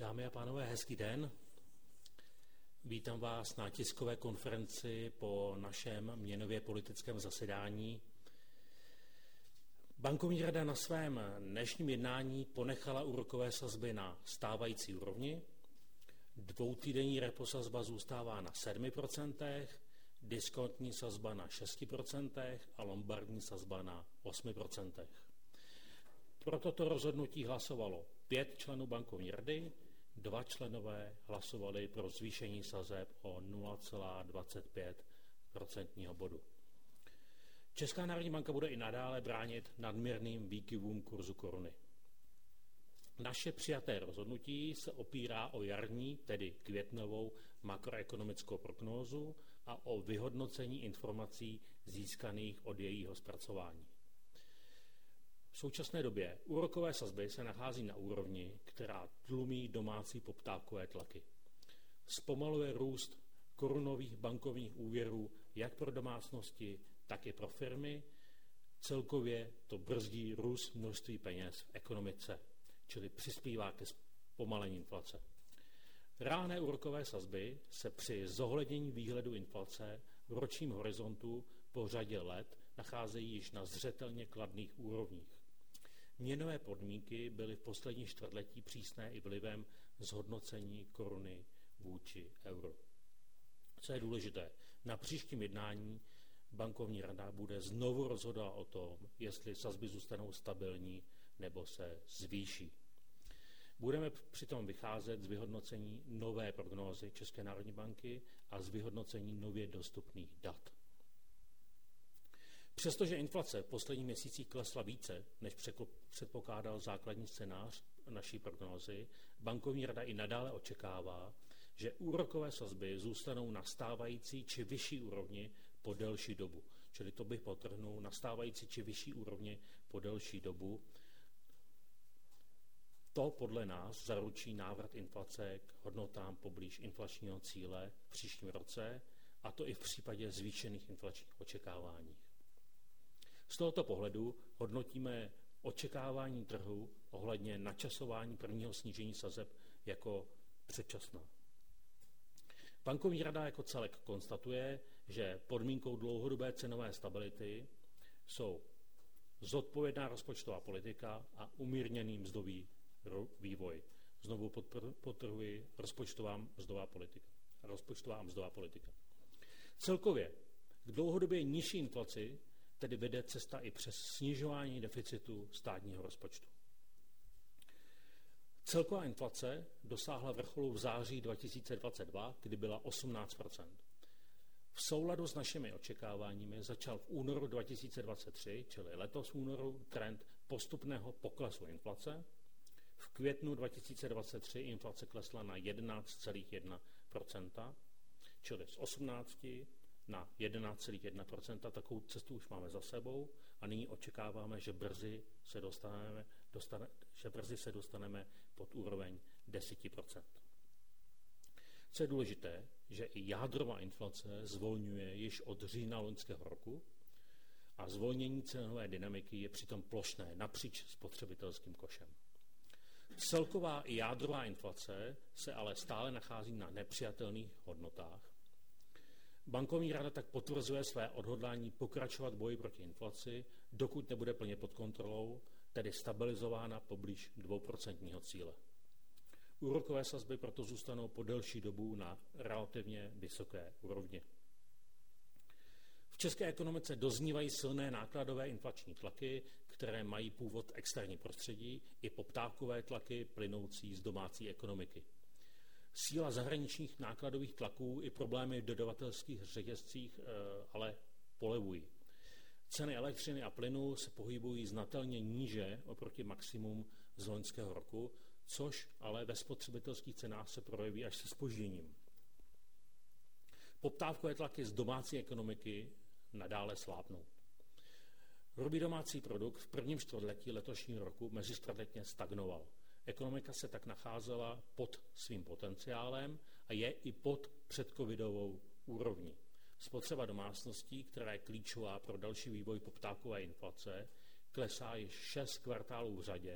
Dámy a pánové, hezký den. Vítám vás na tiskové konferenci po našem měnově politickém zasedání. Bankovní rada na svém dnešním jednání ponechala úrokové sazby na stávající úrovni. Dvoutýdenní repo sazba zůstává na 7%, diskontní sazba na 6% a lombardní sazba na 8%. Pro toto rozhodnutí hlasovalo 5 členů bankovní rady, 2 členové hlasovali pro zvýšení sazeb o 0,25% bodu. Česká národní banka bude i nadále bránit nadměrným výkyvům kurzu koruny. Naše přijaté rozhodnutí se opírá o jarní, tedy květnovou makroekonomickou prognózu a o vyhodnocení informací získaných od jejího zpracování. V současné době úrokové sazby se nachází na úrovni, která tlumí domácí poptávkové tlaky. Zpomaluje růst korunových bankovních úvěrů jak pro domácnosti, tak i pro firmy. Celkově to brzdí růst množství peněz v ekonomice, čili přispívá ke zpomalení inflace. Reálné úrokové sazby se při zohlednění výhledu inflace v ročním horizontu po řadě let nacházejí již na zřetelně kladných úrovních. Měnové podmínky byly v poslední čtvrtletí přísné i vlivem zhodnocení koruny vůči euru. Co je důležité, na příštím jednání bankovní rada bude znovu rozhodovat o tom, jestli sazby zůstanou stabilní nebo se zvýší. Budeme přitom vycházet z vyhodnocení nové prognózy České národní banky a z vyhodnocení nově dostupných dat. Přestože inflace v posledních měsících klesla více, než předpokládal základní scénář naší prognózy, bankovní rada i nadále očekává, že úrokové sazby zůstanou na stávající či vyšší úrovni po delší dobu. Čili to bych podtrhnul, na stávající či vyšší úrovni po delší dobu. To podle nás zaručí návrat inflace k hodnotám poblíž inflačního cíle v příštím roce, a to i v případě zvýšených inflačních očekávání. Z tohoto pohledu hodnotíme očekávání trhu ohledně načasování prvního snížení sazeb jako předčasná. Bankovní rada jako celek konstatuje, že podmínkou dlouhodobé cenové stability jsou zodpovědná rozpočtová politika a umírněný mzdový vývoj. Znovu podtrhuji rozpočtová a mzdová politika. Celkově k dlouhodobě nižší inflaci tedy vede cesta i přes snižování deficitu státního rozpočtu. Celková inflace dosáhla vrcholu v září 2022, kdy byla 18%. V souladu s našimi očekáváními začal v únoru 2023, čili letos v únoru, trend postupného poklesu inflace. V květnu 2023 inflace klesla na 11,1%, čili z 18 na 11,1%. Takovou cestu už máme za sebou a nyní očekáváme, že brzy se dostaneme pod úroveň 10%. Co je důležité, že i jádrová inflace zvolňuje již od října loňského roku a zvolnění cenové dynamiky je přitom plošné napříč spotřebitelským košem. Celková i jádrová inflace se ale stále nachází na nepřijatelných hodnotách. Bankovní rada tak potvrzuje své odhodlání pokračovat v boji proti inflaci, dokud nebude plně pod kontrolou, tedy stabilizována poblíž 2% cíle. Úrokové sazby proto zůstanou po delší dobu na relativně vysoké úrovni. V české ekonomice doznívají silné nákladové inflační tlaky, které mají původ v externí prostředí, i poptávkové tlaky plynoucí z domácí ekonomiky. Síla zahraničních nákladových tlaků i problémy v dodavatelských řetězcích ale polevují. Ceny elektřiny a plynu se pohybují znatelně níže oproti maximum z loňského roku, což ale ve spotřebitelských cenách se projeví až se zpožděním. Poptávkové tlaky z domácí ekonomiky nadále slábnou. Hrubý domácí produkt v prvním čtvrtletí letošního roku mezičtvrtletně stagnoval. Ekonomika se tak nacházela pod svým potenciálem a je i pod předcovidovou úrovní. Spotřeba domácností, která je klíčová pro další vývoj poptávkové inflace, klesá již 6 kvartálů v řadě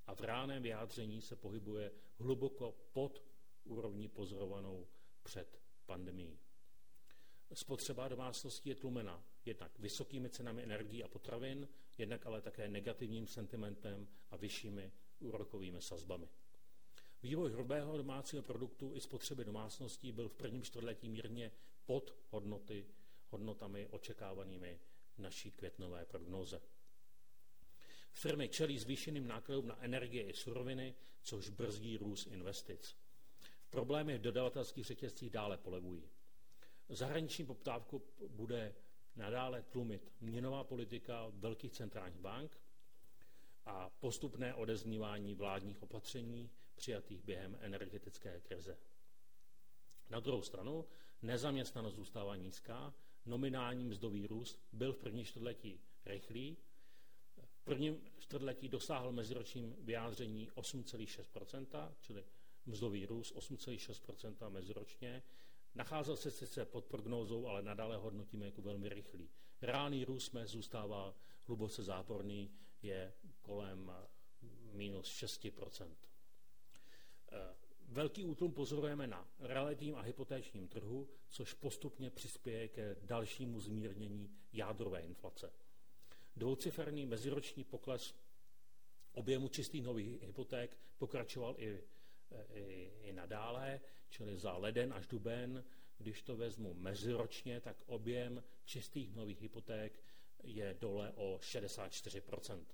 a v reálném vyjádření se pohybuje hluboko pod úrovní pozorovanou před pandemií. Spotřeba domácností je tlumena jednak vysokými cenami energií a potravin, jednak ale také negativním sentimentem a vyššími úrokovými sazbami. Vývoj hrubého domácího produktu i spotřeby domácností byl v prvním čtvrtletí mírně pod hodnotami očekávanými v naší květnové prognóze. Firmy čelí zvýšeným nákladům na energie i suroviny, což brzdí růst investic. Problémy v dodavatelských řetězcích dále polevují. Zahraniční poptávku bude nadále tlumit měnová politika velkých centrálních bank a postupné odeznívání vládních opatření přijatých během energetické krize. Na druhou stranu nezaměstnanost zůstává nízká, nominální mzdový růst byl v prvním čtvrtletí rychlý. V prvním čtvrtletí dosáhl meziročním vyjádření 8,6%, čili mzdový růst 8,6% meziročně. Nacházel se sice pod prognózou, ale nadále hodnotíme jako velmi rychlý. Reálný růst mezd zůstává hluboce záporný, je kolem minus 6%. Velký útlum pozorujeme na realitním a hypotéčním trhu, což postupně přispěje ke dalšímu zmírnění jádrové inflace. Dvouciferný meziroční pokles objemu čistých nových hypoték pokračoval i nadále, čili za leden až duben, když to vezmu meziročně, tak objem čistých nových hypoték je dole o 64%.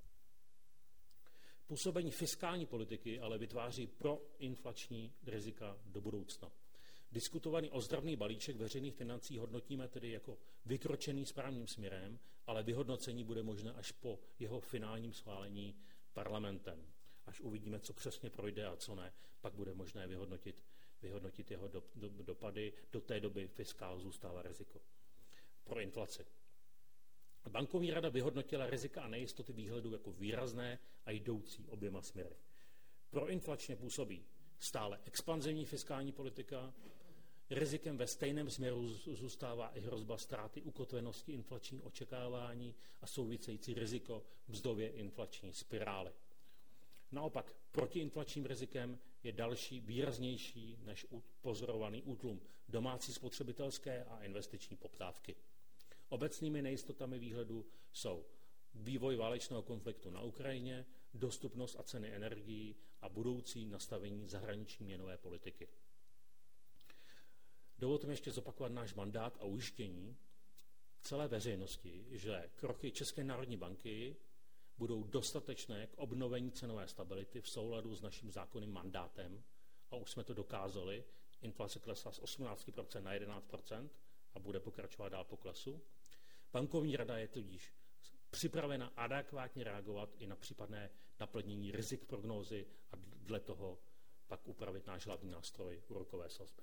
Působení fiskální politiky ale vytváří proinflační rizika do budoucna. Diskutovaný ozdravný balíček veřejných financí hodnotíme tedy jako vykročený správným směrem, ale vyhodnocení bude možné až po jeho finálním schválení parlamentem. Až uvidíme, co přesně projde a co ne, pak bude možné vyhodnotit jeho dopady. Do té doby fiskál zůstává riziko pro inflaci. Bankovní rada vyhodnotila rizika a nejistoty výhledu jako výrazné a jdoucí oběma směry. Proinflačně působí stále expanzivní fiskální politika, rizikem ve stejném směru zůstává i hrozba ztráty ukotvenosti inflační očekávání a související riziko mzdově inflační spirály. Naopak protiinflačním rizikem je další výraznější než pozorovaný útlum domácí spotřebitelské a investiční poptávky. Obecnými nejistotami výhledu jsou vývoj válečného konfliktu na Ukrajině, dostupnost a ceny energií a budoucí nastavení zahraniční měnové politiky. Dovolte mi ještě zopakovat náš mandát a ujištění celé veřejnosti, že kroky České národní banky budou dostatečné k obnovení cenové stability v souladu s naším zákonným mandátem a už jsme to dokázali. Inflace klesla z 18% na 11% a bude pokračovat dál po klesu. Bankovní rada je tudíž připravena adekvátně reagovat i na případné naplnění rizik prognózy a dle toho pak upravit náš hlavní nástroj úrokové sazby.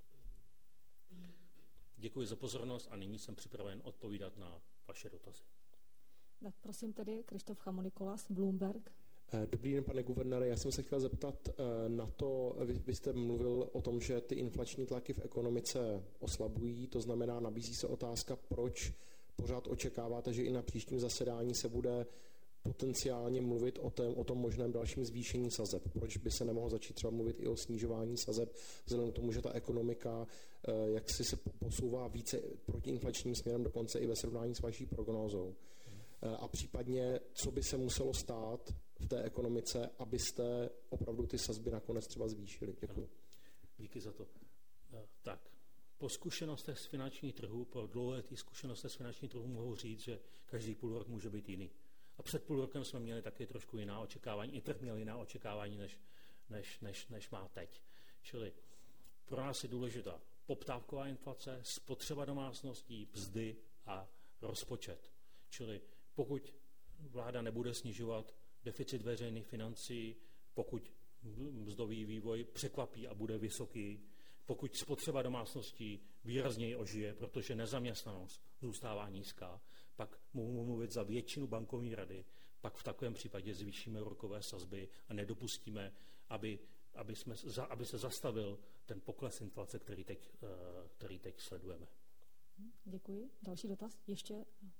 Děkuji za pozornost a nyní jsem připraven odpovídat na vaše dotazy. Tak prosím tedy Krištof Chamonikolas, Bloomberg. Dobrý den, pane guvernére. Já jsem se chtěl zeptat na to, vy jste mluvil o tom, že ty inflační tlaky v ekonomice oslabují, to znamená, nabízí se otázka, proč pořád očekáváte, že i na příštím zasedání se bude potenciálně mluvit o tom možném dalším zvýšení sazeb. Proč by se nemohlo začít třeba mluvit i o snižování sazeb, vzhledem k tomu, že ta ekonomika jaksi se posouvá více protiinflačním směrem, dokonce i ve srovnání s vaší prognózou. A případně, co by se muselo stát v té ekonomice, abyste opravdu ty sazby nakonec třeba zvýšili. Děkuji. Díky za to. Tak, po zkušenostech z finančních trhů, po dlouholetých zkušenostech z finančních trhů mohu říct, že každý půl rok může být jiný. A před půl rokem jsme měli taky trošku jiná očekávání, i trh měl jiná očekávání, než má teď. Čili pro nás je důležitá poptávková inflace, spotřeba domácností, mzdy a rozpočet. Čili pokud vláda nebude snižovat deficit veřejných financí, pokud mzdový vývoj překvapí a bude vysoký, pokud spotřeba domácností výrazněji ožije, protože nezaměstnanost zůstává nízká, pak mohu mluvit za většinu bankovní rady, pak v takovém případě zvýšíme úrokové sazby a nedopustíme, aby se zastavil ten pokles inflace, který teď sledujeme. Děkuji. Další dotaz? Ještě?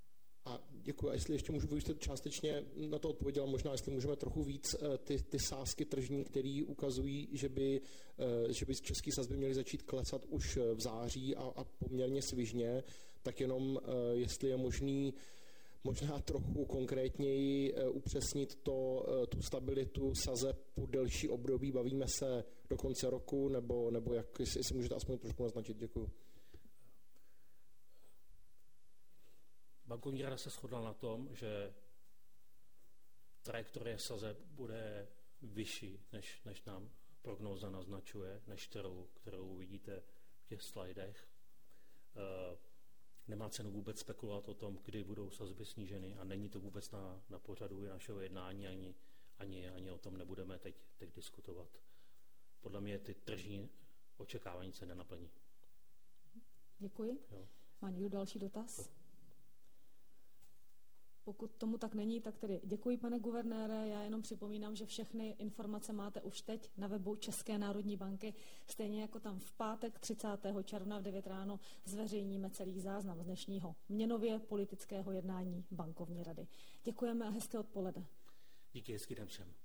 A děkuji. A jestli ještě můžu, vy jste částečně na to odpověděla, možná jestli můžeme trochu víc ty sázky tržní, které ukazují, že by české sazby měly začít klesat už v září a poměrně svižně, tak jenom jestli je možný možná trochu konkrétněji upřesnit tu stabilitu sazeb po delší období. Bavíme se do konce roku, nebo jak, jestli můžete aspoň trošku naznačit. Děkuji. Bankovní rada se shodla na tom, že trajektorie sazeb bude vyšší, než nám prognóza naznačuje, než kterou vidíte v těch slajdech. Nemá cenu vůbec spekulovat o tom, kdy budou sazby sníženy a není to vůbec na pořadu našeho jednání, ani o tom nebudeme teď diskutovat. Podle mě ty tržní očekávání se nenaplní. Děkuji. Jo. Má někdo další dotaz? Pokud tomu tak není, tak tedy děkuji, pane guvernére. Já jenom připomínám, že všechny informace máte už teď na webu České národní banky, stejně jako tam v pátek 30. června v 9 ráno zveřejníme celý záznam z dnešního měnově politického jednání bankovní rady. Děkujeme a hezké odpoledne. Díky, hezký den všem.